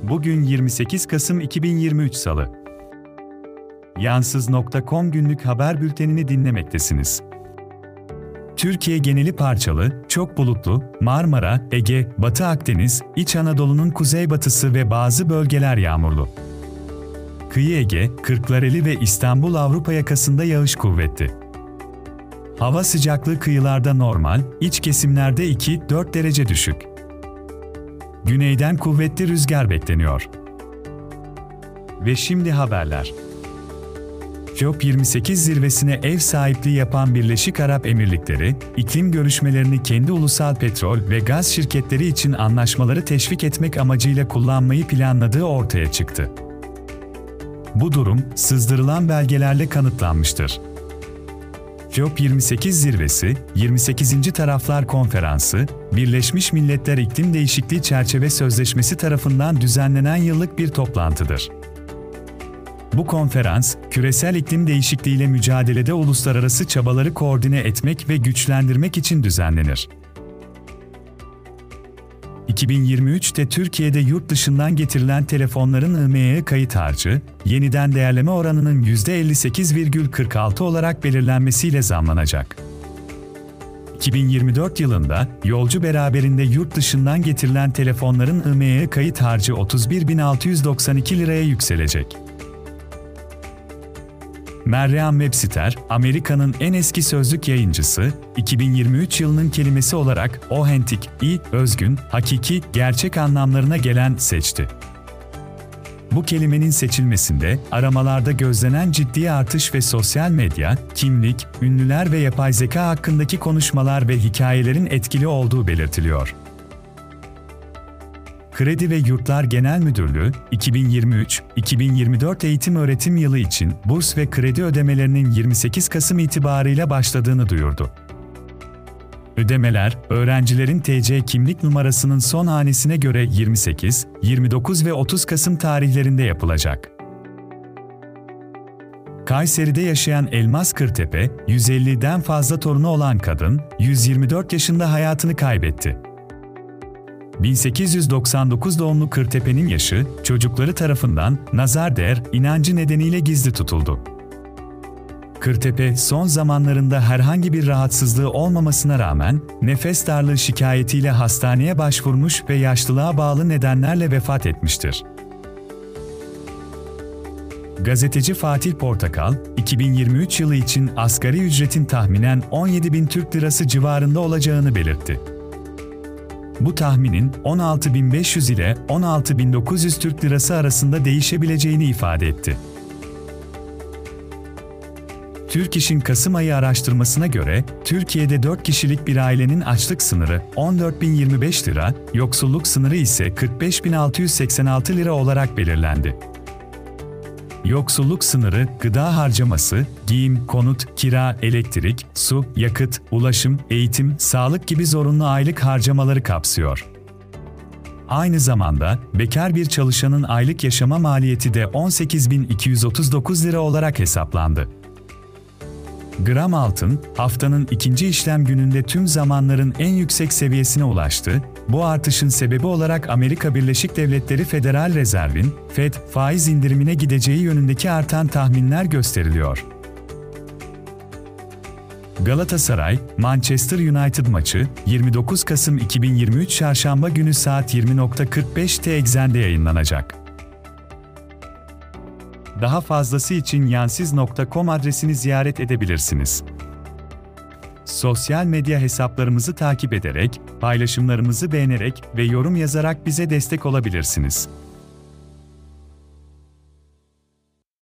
Bugün 28 Kasım 2023 Salı. Yansız.com günlük haber bültenini dinlemektesiniz. Türkiye geneli parçalı, çok bulutlu, Marmara, Ege, Batı Akdeniz, İç Anadolu'nun kuzeybatısı ve bazı bölgeler yağmurlu. Kıyı Ege, Kırklareli ve İstanbul Avrupa yakasında yağış kuvvetli. Hava sıcaklığı kıyılarda normal, iç kesimlerde 2-4 derece düşük. Güneyden kuvvetli rüzgar bekleniyor. Ve şimdi haberler. COP28 zirvesine ev sahipliği yapan Birleşik Arap Emirlikleri, iklim görüşmelerini kendi ulusal petrol ve gaz şirketleri için anlaşmaları teşvik etmek amacıyla kullanmayı planladığı ortaya çıktı. Bu durum, sızdırılan belgelerle kanıtlanmıştır. COP28 zirvesi, 28. Taraflar Konferansı, Birleşmiş Milletler İklim Değişikliği Çerçeve Sözleşmesi tarafından düzenlenen yıllık bir toplantıdır. Bu konferans, küresel iklim değişikliğiyle mücadelede uluslararası çabaları koordine etmek ve güçlendirmek için düzenlenir. 2023'te Türkiye'de yurt dışından getirilen telefonların IMEI kayıt harcı, yeniden değerleme oranının %58,46 olarak belirlenmesiyle zamlanacak. 2024 yılında, yolcu beraberinde yurt dışından getirilen telefonların IMEI kayıt harcı 31.692 liraya yükselecek. Meryem Webster, Amerika'nın en eski sözlük yayıncısı, 2023 yılının kelimesi olarak authentic, özgün, hakiki, gerçek anlamlarına gelen seçti. Bu kelimenin seçilmesinde, aramalarda gözlenen ciddi artış ve sosyal medya, kimlik, ünlüler ve yapay zeka hakkındaki konuşmalar ve hikayelerin etkili olduğu belirtiliyor. Kredi ve Yurtlar Genel Müdürlüğü, 2023-2024 eğitim-öğretim yılı için burs ve kredi ödemelerinin 28 Kasım itibarıyla başladığını duyurdu. Ödemeler, öğrencilerin TC kimlik numarasının son hanesine göre 28, 29 ve 30 Kasım tarihlerinde yapılacak. Kayseri'de yaşayan Elmas Kırtepe, 150'den fazla torunu olan kadın, 124 yaşında hayatını kaybetti. 1899 doğumlu Kırtepe'nin yaşı, çocukları tarafından nazar değer inancı nedeniyle gizli tutuldu. Kırtepe, son zamanlarında herhangi bir rahatsızlığı olmamasına rağmen, nefes darlığı şikayetiyle hastaneye başvurmuş ve yaşlılığa bağlı nedenlerle vefat etmiştir. Gazeteci Fatih Portakal, 2023 yılı için asgari ücretin tahminen 17.000 Türk Lirası civarında olacağını belirtti. Bu tahminin 16.500 ile 16.900 Türk Lirası arasında değişebileceğini ifade etti. Türk İş'in Kasım ayı araştırmasına göre, Türkiye'de 4 kişilik bir ailenin açlık sınırı 14.025 lira, yoksulluk sınırı ise 45.686 lira olarak belirlendi. Yoksulluk sınırı, gıda harcaması, giyim, konut, kira, elektrik, su, yakıt, ulaşım, eğitim, sağlık gibi zorunlu aylık harcamaları kapsıyor. Aynı zamanda, bekar bir çalışanın aylık yaşama maliyeti de 18.239 lira olarak hesaplandı. Gram altın, haftanın ikinci işlem gününde tüm zamanların en yüksek seviyesine ulaştı. Bu artışın sebebi olarak Amerika Birleşik Devletleri Federal Rezerv'in, FED, faiz indirimine gideceği yönündeki artan tahminler gösteriliyor. Galatasaray, Manchester United maçı, 29 Kasım 2023 Çarşamba günü saat 20.45'te Exxen'de yayınlanacak. Daha fazlası için yansız.com adresini ziyaret edebilirsiniz. Sosyal medya hesaplarımızı takip ederek, paylaşımlarımızı beğenerek ve yorum yazarak bize destek olabilirsiniz.